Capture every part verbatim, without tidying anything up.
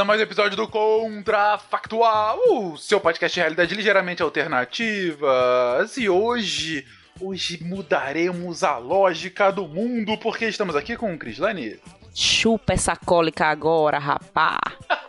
mais um episódio do Contrafactual, o seu podcast de realidade ligeiramente alternativas. E hoje, hoje mudaremos a lógica do mundo, porque estamos aqui com o Crislane. Chupa essa cólica agora, rapá.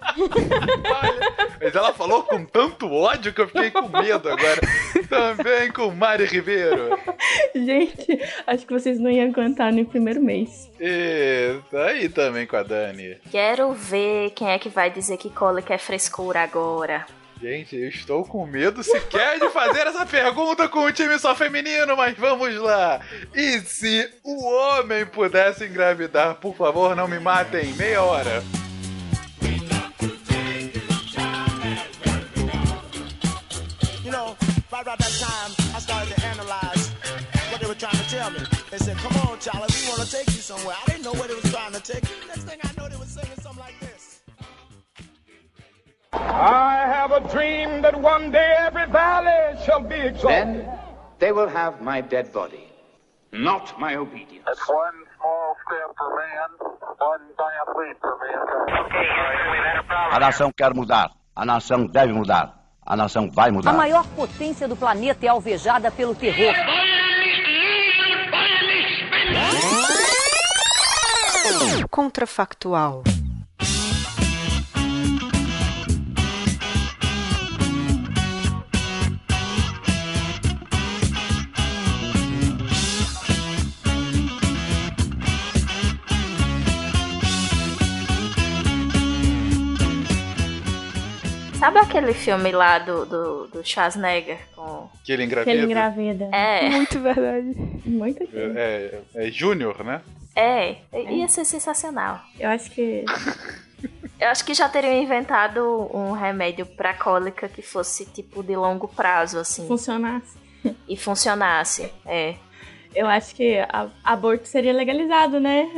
Mas ela falou com tanto ódio que eu fiquei com medo agora. Também com Mari Ribeiro. Gente, acho que vocês não iam aguentar no primeiro mês. E tá aí também com a Dani. Quero ver quem é que vai dizer que cólica é frescura agora. Gente, eu estou com medo sequer de fazer essa pergunta com um time só feminino, mas vamos lá. E se o homem pudesse engravidar, por favor, não me matem. Meia hora. You know, right about that time, I started to analyze what they were trying to tell me. They said, come on, Charlie, we want to take you somewhere. I didn't know where they was trying to take me. Next thing I know, they were singing something like this. I have a dream that one day every valley shall be exalted. Then they will have my dead body, not my obedience. That's one small step for man, one giant leap for mankind. Okay, we've had a problem. A nação quer mudar, a nação deve mudar, a nação vai mudar. A maior potência do planeta é alvejada pelo terror. Contrafactual. Sabe aquele filme lá do, do, do Schwarzenegger? Com... Que ele engravida? Que ele engravida. É. Muito verdade. Muito é, é, é Júnior, né? É, ia ser sensacional. Eu acho que... Eu acho que já teriam inventado um remédio pra cólica que fosse tipo de longo prazo, assim. Funcionasse. E funcionasse, é. Eu acho que a, aborto seria legalizado, né?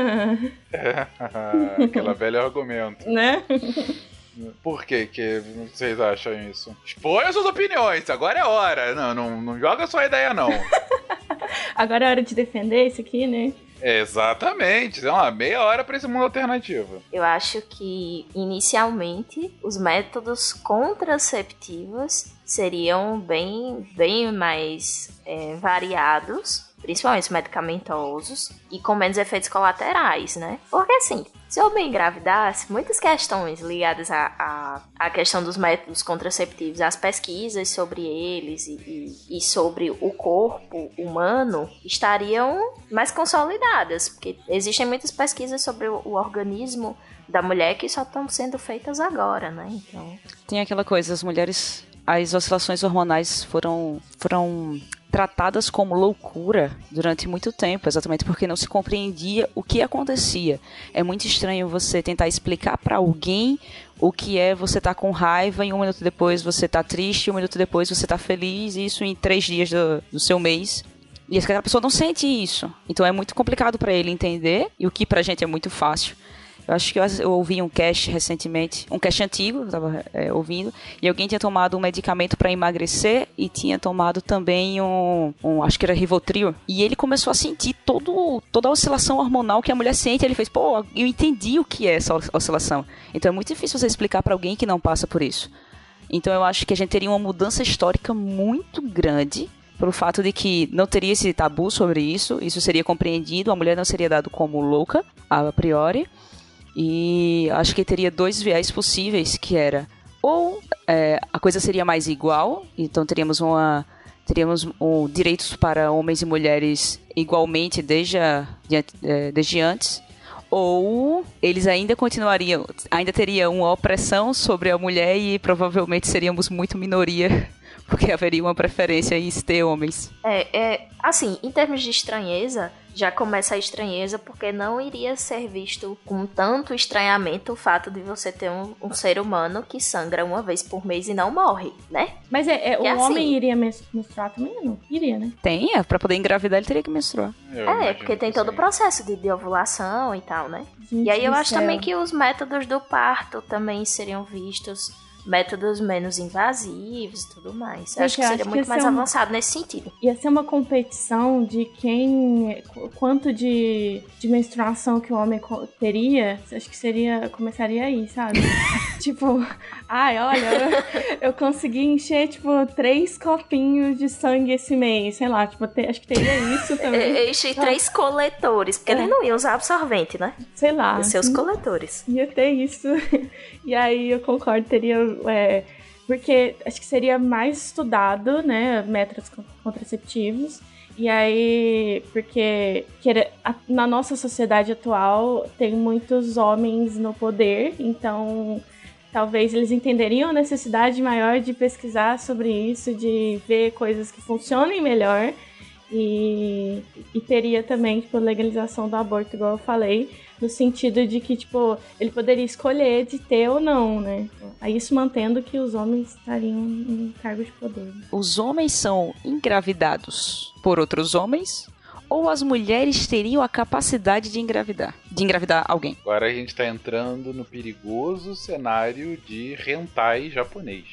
É, aquela velha argumento. Né? Por que que vocês acham isso? Exponha suas opiniões, agora é hora. Não, não, não joga sua ideia, não. Agora é hora de defender isso aqui, né? Exatamente, é uma meia hora pra esse mundo alternativo. Eu acho que, inicialmente, os métodos contraceptivos seriam bem, bem mais é, variados, principalmente os medicamentosos, e com menos efeitos colaterais, né? Porque, assim, se eu me engravidasse, muitas questões ligadas à, à, à questão dos métodos contraceptivos, as pesquisas sobre eles e, e, e sobre o corpo humano estariam mais consolidadas, porque existem muitas pesquisas sobre o, o organismo da mulher que só estão sendo feitas agora, né? Então... Tem aquela coisa, as mulheres, as oscilações hormonais foram... foram tratadas como loucura durante muito tempo, exatamente porque não se compreendia o que acontecia. É muito estranho você tentar explicar para alguém o que é você estar tá com raiva e um minuto depois você tá triste, um minuto depois você tá feliz, e isso em três dias do, do seu mês. E aquela pessoa não sente isso. Então é muito complicado para ele entender, e o que pra gente é muito fácil. Eu acho que eu, eu ouvi um cast recentemente, um cast antigo, eu estava é, ouvindo, e alguém tinha tomado um medicamento para emagrecer e tinha tomado também um, um, acho que era Rivotril, e ele começou a sentir todo, toda a oscilação hormonal que a mulher sente. Ele fez, pô, eu entendi o que é essa oscilação. Então é muito difícil você explicar para alguém que não passa por isso. Então eu acho que a gente teria uma mudança histórica muito grande pelo fato de que não teria esse tabu sobre isso, isso seria compreendido, a mulher não seria dada como louca, a priori. E acho que teria dois viés possíveis, que era ou é, a coisa seria mais igual, então teríamos uma teríamos um, direitos para homens e mulheres igualmente desde, a, de, desde antes, ou eles ainda continuariam, ainda teriam uma opressão sobre a mulher e provavelmente seríamos muito minoria, porque haveria uma preferência em ter homens. É, é, assim, em termos de estranheza, já começa a estranheza porque não iria ser visto com tanto estranhamento o fato de você ter um, um ser humano que sangra uma vez por mês e não morre, né? Mas é, é, o assim, homem iria menstruar também? Não iria, né? Tem, é, pra poder engravidar ele teria que menstruar. Eu é, porque tem todo o processo de, de ovulação e tal, né? Gente, e aí eu acho céu. também que os métodos do parto também seriam vistos métodos menos invasivos e tudo mais. Eu Eu acho que acho seria que muito ia mais ser um- avançado nesse sentido. Ia ser uma competição de quem. qu- Quanto de, de menstruação que o homem co- teria. Acho que seria. Começaria aí, sabe? Tipo, ai, olha, eu, eu consegui encher, tipo, três copinhos de sangue esse mês. Sei lá, tipo, te- acho que teria isso também. Eu enchi três coletores, porque É. eles não iam usar absorvente, né? Sei lá. Os seus coletores. Ia ter isso. E aí eu concordo, teria. É, porque acho que seria mais estudado, né? Métodos con- contraceptivos. E aí, porque queira- a- na nossa sociedade atual tem muitos homens no poder, então talvez eles entenderiam a necessidade maior de pesquisar sobre isso, de ver coisas que funcionem melhor. E, e teria também, tipo, legalização do aborto, igual eu falei, no sentido de que, tipo, ele poderia escolher de ter ou não, né? Aí isso mantendo que os homens estariam em cargo de poder. Os homens são engravidados por outros homens ou as mulheres teriam a capacidade de engravidar? De engravidar alguém? Agora a gente tá entrando no perigoso cenário de hentai japonês.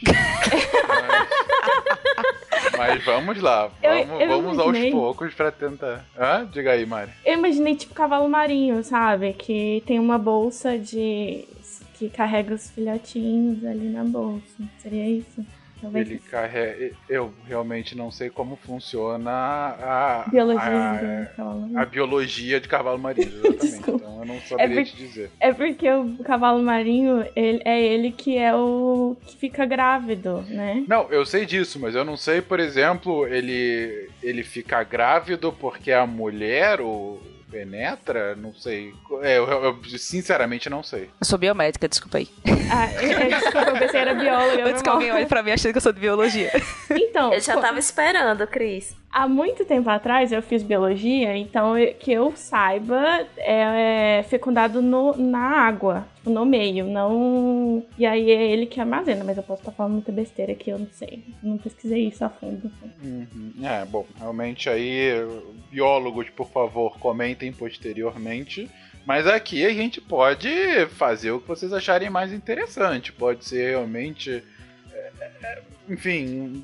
mas, mas vamos lá, Eu- vamos, eu vamos aos imaginei. poucos pra tentar. Hã? Diga aí, Mari. Eu imaginei, tipo, cavalo marinho, sabe? Que tem uma bolsa de... que carrega os filhotinhos ali na bolsa. Seria isso? Talvez Ele carrega. Eu realmente não sei como funciona a, biologia a, do cavalo marinho. a biologia de cavalo marinho, exatamente. Desculpa. Então eu não saberia É te dizer. É porque o cavalo marinho, ele, é ele que é o que fica grávido, né? Não, eu sei disso, mas eu não sei, por exemplo, ele ele fica grávido porque a mulher o penetra? Não sei. É, eu, eu sinceramente não sei. Eu sou biomédica, desculpa aí. Ah, é, é, desculpa, eu pensei que era bióloga. Antes que alguém olhe pra mim achando que eu sou de biologia. Então, Eu já pô, tava esperando, Cris. há muito tempo atrás eu fiz biologia, então eu- que eu saiba é, é fecundado no, na água, tipo, no meio, não... E aí é ele que armazena, mas eu posso estar falando muita besteira aqui, eu não sei. Não pesquisei isso a fundo. Uhum. É, bom, realmente aí, biólogos, por favor, comentem posteriormente. Mas aqui a gente pode fazer o que vocês acharem mais interessante. Pode ser realmente, é, é, enfim,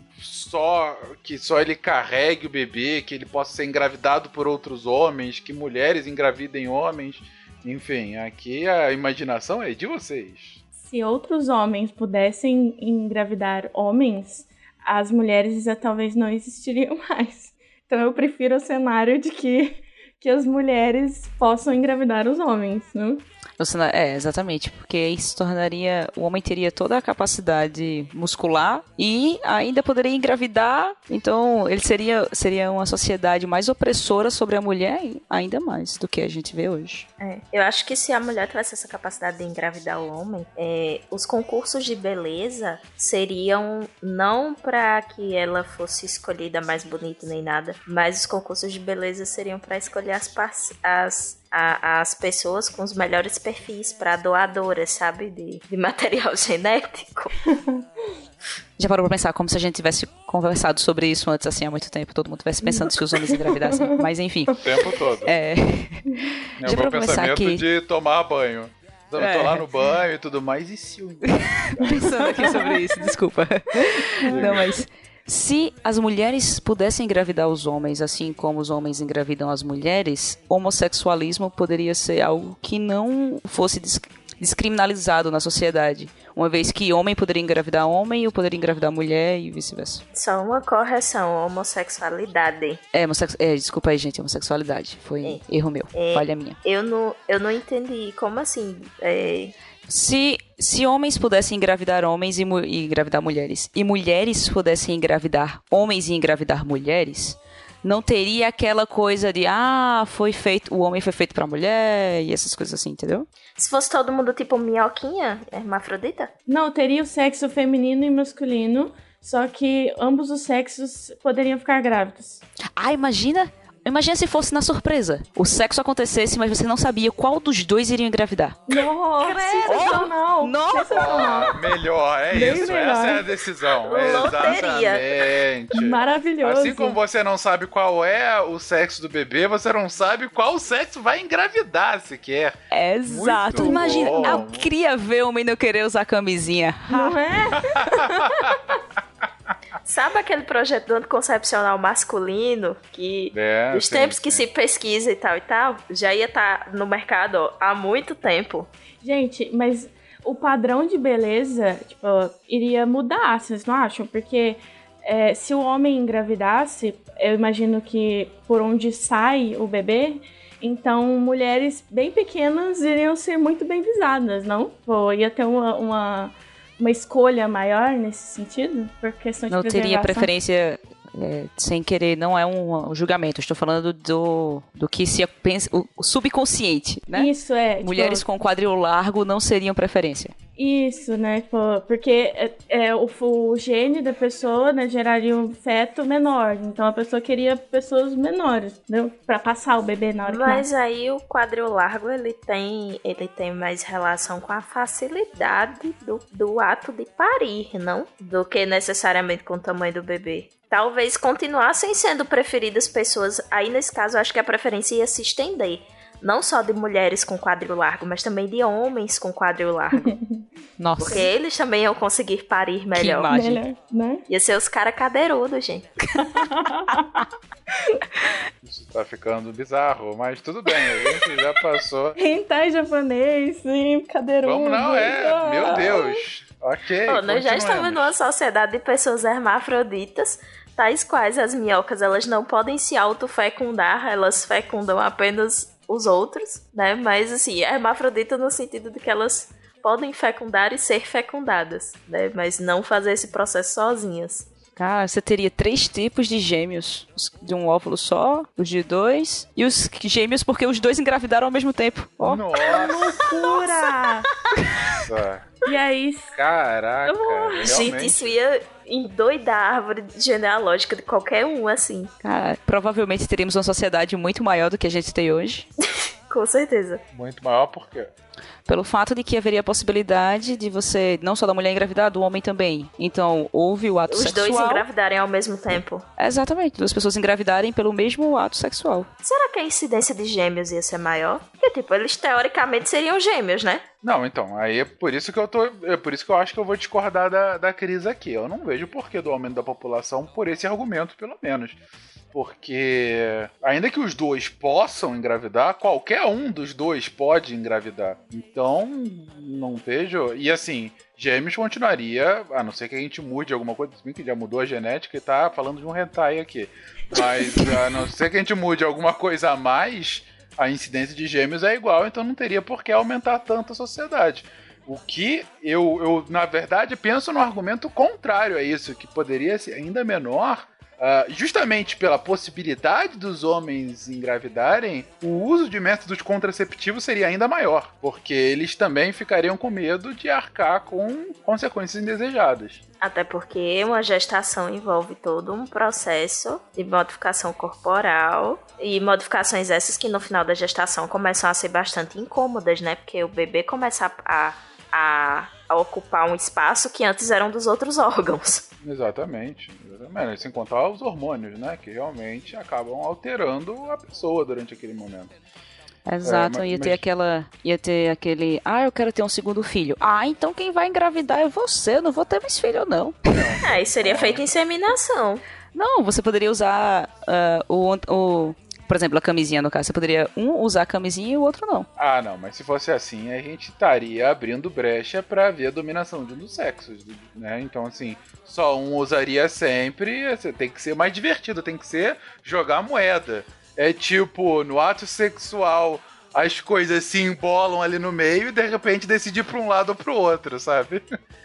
só que só ele carregue o bebê, que ele possa ser engravidado por outros homens, que mulheres engravidem homens. Enfim, aqui a imaginação é de vocês. Se outros homens pudessem engravidar homens, as mulheres já talvez não existiriam mais. Então eu prefiro o cenário de que, que as mulheres possam engravidar os homens, né? O cenário- É, exatamente, porque aí se tornaria... O homem teria toda a capacidade muscular e ainda poderia engravidar, então ele seria, seria uma sociedade mais opressora sobre a mulher ainda mais do que a gente vê hoje. É, eu acho que se a mulher tivesse essa capacidade de engravidar o homem, é, os concursos de beleza seriam não pra que ela fosse escolhida mais bonita nem nada, mas os concursos de beleza seriam pra escolher as, par- as, a- as pessoas com os melhores perfis pra doadoras, sabe? De, de material genético. Já parou pra pensar como se a gente tivesse conversado sobre isso antes, assim, há muito tempo, todo mundo tivesse pensando se os homens engravidassem, mas enfim. O tempo todo. É... É Já o meu parou pra pensar pensamento que... de tomar banho. Eu É. tô lá no banho e tudo mais, e se eu... Pensando aqui sobre isso, desculpa. Não, mas se as mulheres pudessem engravidar os homens, assim como os homens engravidam as mulheres, homossexualismo poderia ser algo que não fosse dis- descriminalizado na sociedade. Uma vez que homem poderia engravidar homem, eu poderia engravidar mulher e vice-versa. Só uma correção, homossexualidade. É, homossex... é, desculpa aí, gente, homossexualidade. Foi erro meu, É. falha minha. Eu não, eu não entendi, como assim? É, Se, se homens pudessem engravidar homens e, mu- e engravidar mulheres, e mulheres pudessem engravidar homens e engravidar mulheres, não teria aquela coisa de, ah, foi feito, o homem foi feito pra mulher, e essas coisas assim, entendeu? se fosse todo mundo tipo minhoquinha, hermafrodita? Não, teria o sexo feminino e masculino, só que ambos os sexos poderiam ficar grávidos. Ah, imagina Imagina se fosse na surpresa. O sexo acontecesse, mas você não sabia qual dos dois iria engravidar. Nossa, sensacional. Nossa. Ah, melhor, é Bem isso. melhor. Essa é a decisão. Loteria. Exatamente. Maravilhoso. Assim como você não sabe qual é o sexo do bebê, você não sabe qual sexo vai engravidar sequer. Exato. Muito Imagina, bom. eu queria ver o homem não querer usar camisinha. Não é? Sabe aquele projeto do anticoncepcional masculino que É, dos sim, tempos que sim. se pesquisa e tal e tal, já ia estar no mercado ó, há muito tempo. Gente, mas o padrão de beleza, tipo, iria mudar, vocês não acham? Porque é, se o homem engravidasse, eu imagino que por onde sai o bebê, então mulheres bem pequenas iriam ser muito bem visadas, não? Pô, ia ter uma, uma, uma escolha maior nesse sentido? Por questão de Não teria preservação? preferência é, sem querer, não é um, um julgamento. Estou falando do, do que se pensa, o, o subconsciente, né? Isso, é. Mulheres tipo, com quadril largo não seriam preferência. Isso, né? Tipo, porque é, é, o, o gene da pessoa, né, geraria um feto menor. Então a pessoa queria pessoas menores, entendeu? Pra passar o bebê na hora Mas que nasce. aí o quadril largo ele tem, ele tem mais relação com a facilidade do, do ato de parir, não? Do que necessariamente com o tamanho do bebê. Talvez continuassem sendo preferidas pessoas, aí nesse caso eu acho que a preferência ia se estender. Não só de mulheres com quadril largo, mas também de homens com quadril largo. Nossa. Porque eles também iam conseguir parir melhor. Que imagem. Melhor, né? Ia ser os caras cadeirudos, gente. Isso tá ficando bizarro, mas tudo bem, a gente já passou. Hentai japonês, sim, cadeirudo. Vamos não, é, Ah. meu Deus. Ok, Pô, nós já continuemos. estamos numa sociedade de pessoas hermafroditas, tais quais as minhocas, elas não podem se autofecundar, elas fecundam apenas os outros, né? Mas assim, hermafrodita no sentido de que elas podem fecundar e ser fecundadas, né? Mas não fazer esse processo sozinhas. Cara, você teria três tipos de gêmeos. Os de um óvulo só, os de dois, e os gêmeos porque os dois engravidaram ao mesmo tempo. Ó. Nossa, Loucura! E aí, caraca, Gente, realmente. isso ia endoidar a árvore genealógica de qualquer um, assim. Cara, provavelmente teríamos uma sociedade muito maior do que a gente tem hoje. Com certeza. Muito maior porque Pelo fato de que haveria a possibilidade de você, não só da mulher engravidar, do homem também. Então, houve o ato Os sexual. dois engravidarem ao mesmo tempo. Exatamente, duas pessoas engravidarem pelo mesmo ato sexual. Será que a incidência de gêmeos ia ser maior? Porque, tipo, eles teoricamente seriam gêmeos, né? Não, então, aí é por isso que eu tô. É por isso que eu acho que eu vou discordar da, da Cris aqui. Eu não vejo o porquê do aumento da população por esse argumento, pelo menos. Porque, ainda que os dois possam engravidar, qualquer um dos dois pode engravidar. Então, não vejo. E assim, gêmeos continuaria, a não ser que a gente mude alguma coisa, se bem que já mudou a genética e tá falando de um hentai aqui. Mas, a não ser que a gente mude alguma coisa a mais, a incidência de gêmeos é igual, então não teria por que aumentar tanto a sociedade. O que eu, eu, na verdade, penso no argumento contrário a isso, que poderia ser ainda menor. Uh, justamente pela possibilidade dos homens engravidarem, o uso de métodos contraceptivos seria ainda maior, porque eles também ficariam com medo de arcar com consequências indesejadas. Até porque uma gestação envolve todo um processo de modificação corporal e modificações essas que no final da gestação começam a ser bastante incômodas, né? Porque o bebê começa a, a, a ocupar um espaço que antes eram dos outros órgãos. Exatamente, exatamente. Sem contar os hormônios, né? Que realmente acabam alterando a pessoa durante aquele momento. Exato, É, mas- ia ter mas- aquela. Ia ter aquele. Ah, eu quero ter um segundo filho. Ah, então quem vai engravidar é você, eu não vou ter mais filho, não. É, e seria feita inseminação. Não, você poderia usar ah, o, o. Por exemplo, a camisinha no caso. Você poderia um usar a camisinha e o outro não. Ah, não, mas se fosse assim, a gente estaria abrindo brecha pra ver a dominação de um dos sexos, né? Então, assim, só um usaria sempre, você tem que ser mais divertido, tem que ser jogar moeda. É tipo, no ato sexual, as coisas se embolam ali no meio e de repente decidir pra um lado ou pro outro, sabe?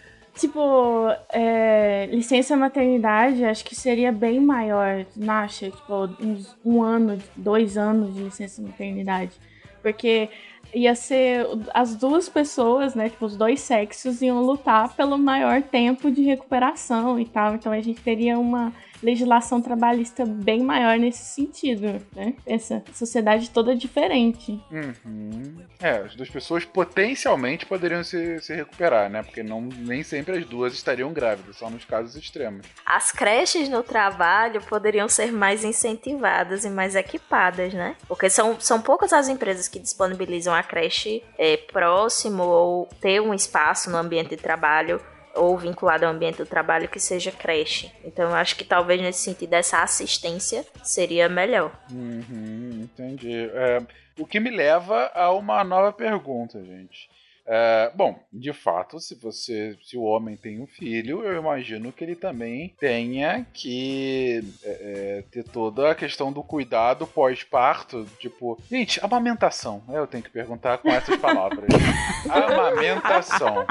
tipo, é, licença maternidade, acho que seria bem maior, não acha? Tipo, uns um ano, dois anos de licença maternidade. Porque ia ser as duas pessoas, né? Tipo, os dois sexos iam lutar pelo maior tempo de recuperação e tal. Então a gente teria uma legislação trabalhista bem maior nesse sentido, né? Essa sociedade toda diferente. Uhum. É, as duas pessoas potencialmente poderiam se, se recuperar, né? Porque não, nem sempre as duas estariam grávidas, só nos casos extremos. As creches no trabalho poderiam ser mais incentivadas e mais equipadas, né? Porque são, são poucas as empresas que disponibilizam a creche é, próximo ou ter um espaço no ambiente de trabalho ou vinculado ao ambiente do trabalho que seja creche. Então eu acho que talvez nesse sentido essa assistência seria melhor. Uhum, entendi. É, o que me leva a uma nova pergunta, gente. É, bom, de fato, se você, se o homem tem um filho, eu imagino que ele também tenha que é, é, ter toda a questão do cuidado pós-parto, tipo, gente, amamentação, eu tenho que perguntar com essas palavras. Amamentação.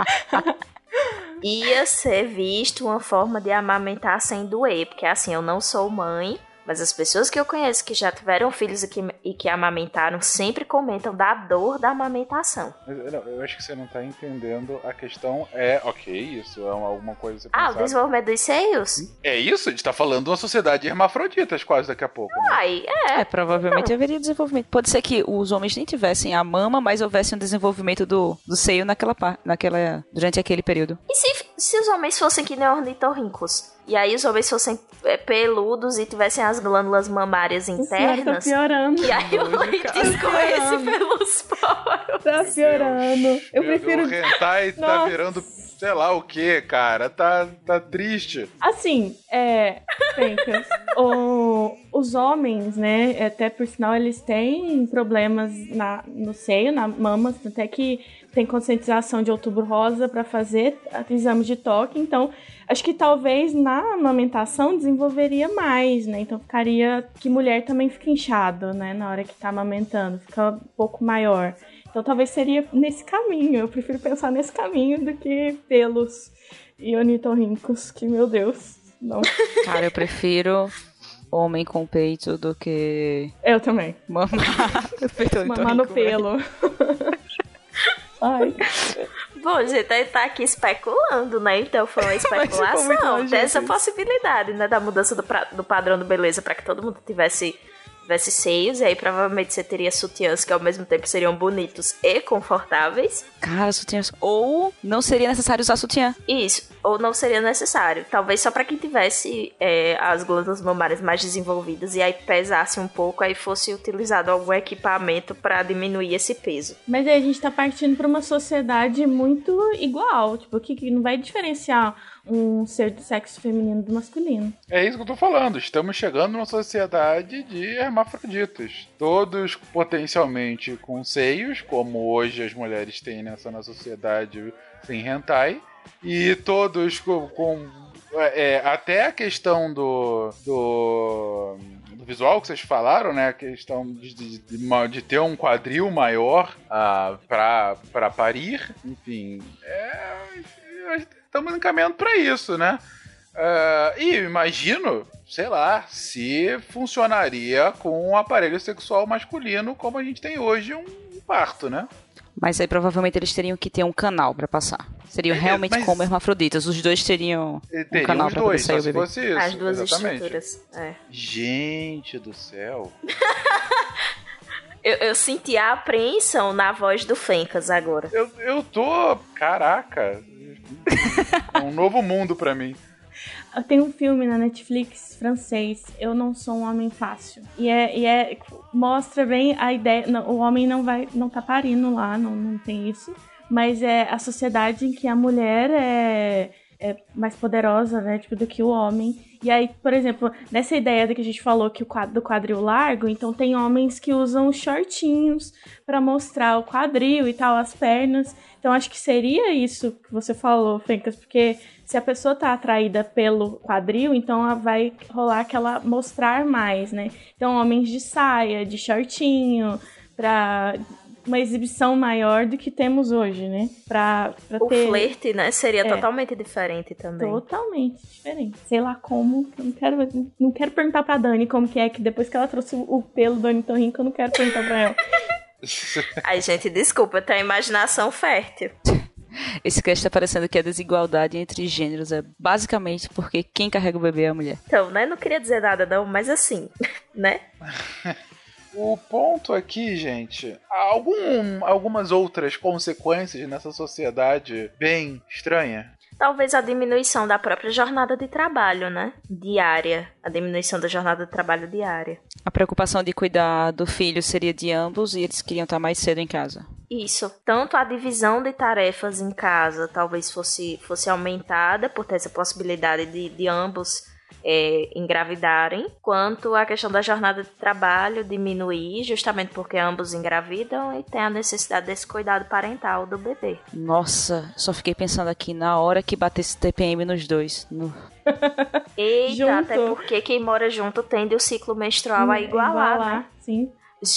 Ia ser visto uma forma de amamentar sem doer, porque assim, eu não sou mãe, mas as pessoas que eu conheço que já tiveram filhos e que, e que amamentaram sempre comentam da dor da amamentação. Mas, não, eu acho que você não tá entendendo. A questão é, ok, isso é uma, alguma coisa... Você Ah, pensar. o desenvolvimento dos seios? É isso? A gente tá falando de uma sociedade de hermafroditas quase daqui a pouco, né? Ai, é. É, provavelmente haveria desenvolvimento. Pode ser que os homens nem tivessem a mama, mas houvesse um desenvolvimento do, do seio naquela, naquela, durante aquele período. E se, se os homens fossem que nem ornitorrincos? E aí os homens fossem é, peludos e tivessem as glândulas mamárias internas? Tá piorando. E aí o leite escorresse pelos poros. Tá piorando. Eu Meu prefiro... Deus, o hentai tá Nossa. virando sei lá o que, cara. Tá, tá triste. Assim, é... Pencas, o, os homens, né, até por sinal, eles têm problemas na, no seio, na mama, até que tem conscientização de Outubro Rosa pra fazer exame de toque, então acho que talvez na amamentação desenvolveria mais, né, então ficaria, que mulher também fica inchado, né, na hora que tá amamentando, fica um pouco maior. Então talvez seria nesse caminho, eu prefiro pensar nesse caminho do que pelos e ornitorrincos, que meu Deus, não. Cara, eu prefiro homem com peito do que... Eu também. Mamar, Mamar no pelo. Ai. Bom, gente, aí tá aqui especulando, né? Então foi uma especulação dessa possibilidade, né? Da mudança do, pra, do padrão do beleza pra que todo mundo tivesse... tivesse seios, e aí provavelmente você teria sutiãs que ao mesmo tempo seriam bonitos e confortáveis. Cara, sutiãs. Ou não seria necessário usar sutiã. Isso, ou não seria necessário. Talvez só pra quem tivesse é, as glândulas mamárias mais desenvolvidas e aí pesasse um pouco, aí fosse utilizado algum equipamento pra diminuir esse peso. Mas aí a gente tá partindo pra uma sociedade muito igual, tipo, que, que não vai diferenciar um ser do sexo feminino do masculino. É isso que eu tô falando. Estamos chegando numa sociedade de hermafroditas. Todos potencialmente com seios, como hoje as mulheres têm nessa na sociedade sem hentai. E todos com... com é, até a questão do... do do visual que vocês falaram, né? A questão de, de, de, de ter um quadril maior uh, pra, pra parir. Enfim, é... estamos encaminhando para isso, né? Uh, e imagino, sei lá, se funcionaria com um aparelho sexual masculino como a gente tem hoje um parto, né? Mas aí provavelmente eles teriam que ter um canal pra passar. Seriam é, realmente mas... como hermafroditas. Os dois teriam um canal pra poder sair o bebê. Isso, as duas exatamente. estruturas. É. Gente do céu. eu, eu senti a apreensão na voz do Fencas agora. Eu, eu tô... Caraca. É um novo mundo pra mim. Tem um filme na Netflix francês, Eu Não Sou um Homem Fácil. E é, e é mostra bem a ideia. Não, o homem não vai, não tá parindo lá, não, não tem isso. Mas é a sociedade em que a mulher é, é mais poderosa, né, tipo, do que o homem. E aí, por exemplo, nessa ideia do que a gente falou que o quadro, do quadril largo, então tem homens que usam shortinhos pra mostrar o quadril e tal, as pernas. Então acho que seria isso que você falou, Fencas, porque se a pessoa tá atraída pelo quadril, então ela vai rolar aquela mostrar mais, né? Então homens de saia, de shortinho, pra uma exibição maior do que temos hoje, né? Pra, pra o ter... flerte, né? Seria é, totalmente diferente também. Totalmente diferente. Sei lá como, eu não quero, não quero perguntar pra Dani como que é, que depois que ela trouxe o pelo do ornitorrinco, eu não quero perguntar pra ela. Ai, gente, desculpa, eu tenho imaginação fértil. Esse cast tá parecendo que a desigualdade entre gêneros é basicamente porque quem carrega o bebê é a mulher. Então, né? Não queria dizer nada não, mas assim, né? O ponto aqui, gente, há algum, algumas outras consequências nessa sociedade bem estranha. Talvez a diminuição da própria jornada de trabalho, né? Diária. A diminuição da jornada de trabalho diária. A preocupação de cuidar do filho seria de ambos e eles queriam estar mais cedo em casa. Isso. Tanto a divisão de tarefas em casa talvez fosse, fosse aumentada por ter essa possibilidade de, de ambos é, engravidarem, quanto a questão da jornada de trabalho diminuir, justamente porque ambos engravidam e tem a necessidade desse cuidado parental do bebê. Nossa, só fiquei pensando aqui na hora que batesse T P M nos dois. No... Eita, Junto. até porque quem mora junto tende o ciclo menstrual a igualar, igualar, né? Sim.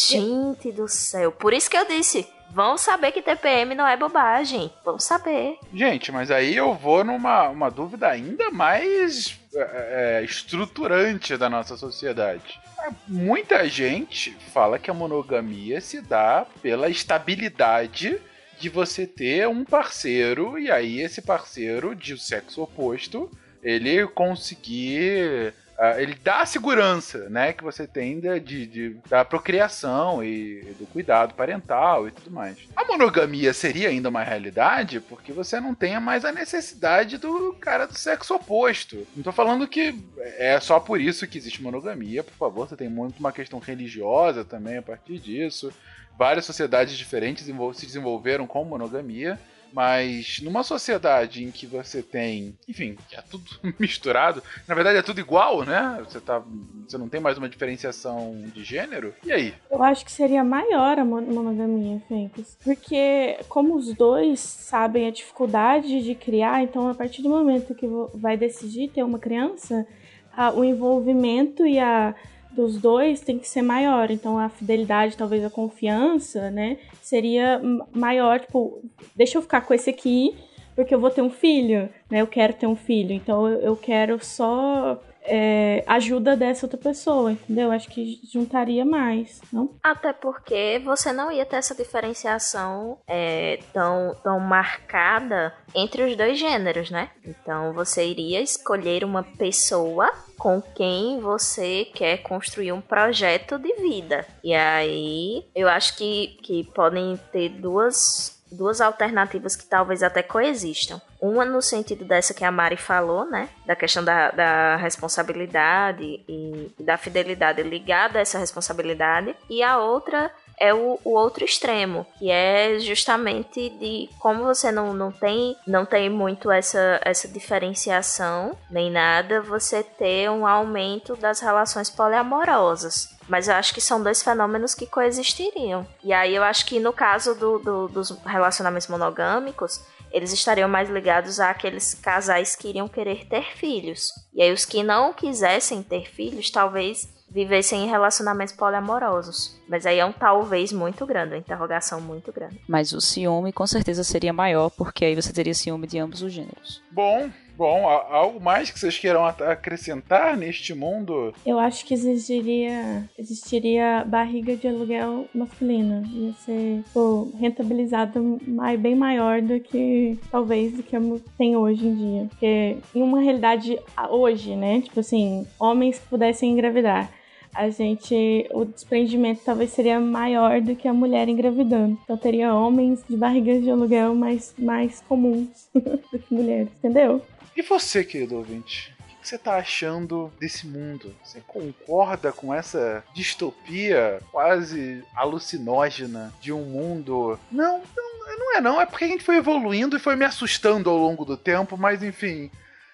Gente do céu. Por isso que eu disse, vão saber que T P M não é bobagem. Vão saber. Gente, mas aí eu vou numa uma dúvida ainda mais é, é, estruturante da nossa sociedade. Muita gente fala que a monogamia se dá pela estabilidade de você ter um parceiro e aí esse parceiro de sexo oposto, ele conseguir... Uh, ele dá a segurança, né, que você tem de, de, da procriação e, e do cuidado parental e tudo mais. A monogamia seria ainda uma realidade porque você não tem mais a necessidade do cara do sexo oposto. Não tô falando que é só por isso que existe monogamia, por favor, você tem muito uma questão religiosa também a partir disso. Várias sociedades diferentes se desenvolveram com monogamia. Mas numa sociedade em que você tem, enfim, que é tudo misturado, na verdade é tudo igual, né? Você, tá, você não tem mais uma diferenciação de gênero. E aí? Eu acho que seria maior a monogamia, Fênix. Porque como os dois sabem a dificuldade de criar, então a partir do momento que vai decidir ter uma criança, a, o envolvimento e a... dos dois tem que ser maior, então a fidelidade, talvez a confiança, né, seria maior, tipo, deixa eu ficar com esse aqui, porque eu vou ter um filho, né, eu quero ter um filho, então eu, eu quero só é, ajuda dessa outra pessoa, entendeu? Acho que juntaria mais, não? Até porque você não ia ter essa diferenciação é, tão, tão marcada entre os dois gêneros, né? Então você iria escolher uma pessoa com quem você quer construir um projeto de vida. E aí eu acho que, que podem ter duas... duas alternativas que talvez até coexistam. Uma no sentido dessa que a Mari falou, né? Da questão da, da responsabilidade e da fidelidade ligada a essa responsabilidade. E a outra é o, o outro extremo, que é justamente de como você não, não, tem, não tem muito essa, essa diferenciação, nem nada, você ter um aumento das relações poliamorosas. Mas eu acho que são dois fenômenos que coexistiriam. E aí eu acho que no caso do, do, dos relacionamentos monogâmicos, eles estariam mais ligados àqueles casais que iriam querer ter filhos. E aí os que não quisessem ter filhos, talvez vivessem em relacionamentos poliamorosos. Mas aí é um talvez muito grande, uma interrogação muito grande. Mas o ciúme com certeza seria maior, porque aí você teria ciúme de ambos os gêneros. Bom, bom, algo mais que vocês queiram acrescentar neste mundo? Eu acho que existiria, existiria barriga de aluguel masculina. Ia ser pô, rentabilizado mais, bem maior do que, talvez, do que tem hoje em dia. Porque em uma realidade hoje, né, tipo assim, homens que pudessem engravidar, a gente, o desprendimento talvez seria maior do que a mulher engravidando. Então teria homens de barrigas de aluguel mais, mais comuns do que mulheres, entendeu? E você, querido ouvinte? O que você tá achando desse mundo? Você concorda com essa distopia quase alucinógena de um mundo... Não, não, não é não, é porque a gente foi evoluindo e foi me assustando ao longo do tempo, mas enfim...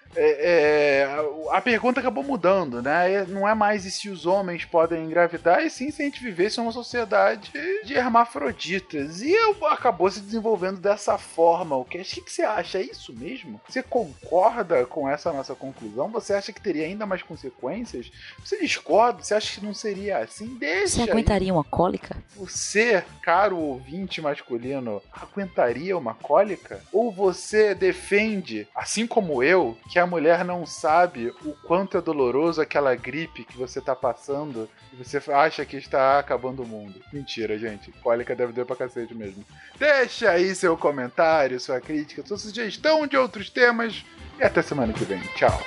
É, é, a pergunta acabou mudando, né? Não é mais e se os homens podem engravidar, e sim se a gente vivesse uma sociedade de hermafroditas. E acabou se desenvolvendo dessa forma. O que, o que você acha? É isso mesmo? Você concorda com essa nossa conclusão? Você acha que teria ainda mais consequências? Você discorda? Você acha que não seria assim? Deixa. Você aguentaria aí. Uma cólica? Você, caro ouvinte masculino, aguentaria uma cólica? Ou você defende, assim como eu, que que a mulher não sabe o quanto é doloroso aquela gripe que você tá passando e você acha que está acabando o mundo. Mentira, gente. Cólica deve doer pra cacete mesmo. Deixa aí seu comentário, sua crítica, sua sugestão de outros temas e até semana que vem. Tchau.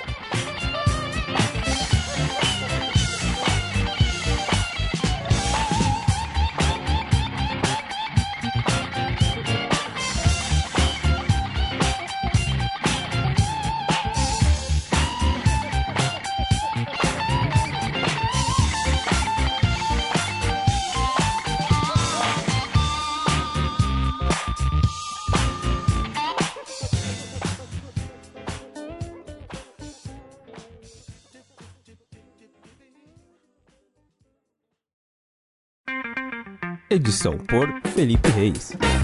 Edição por Felipe Reis.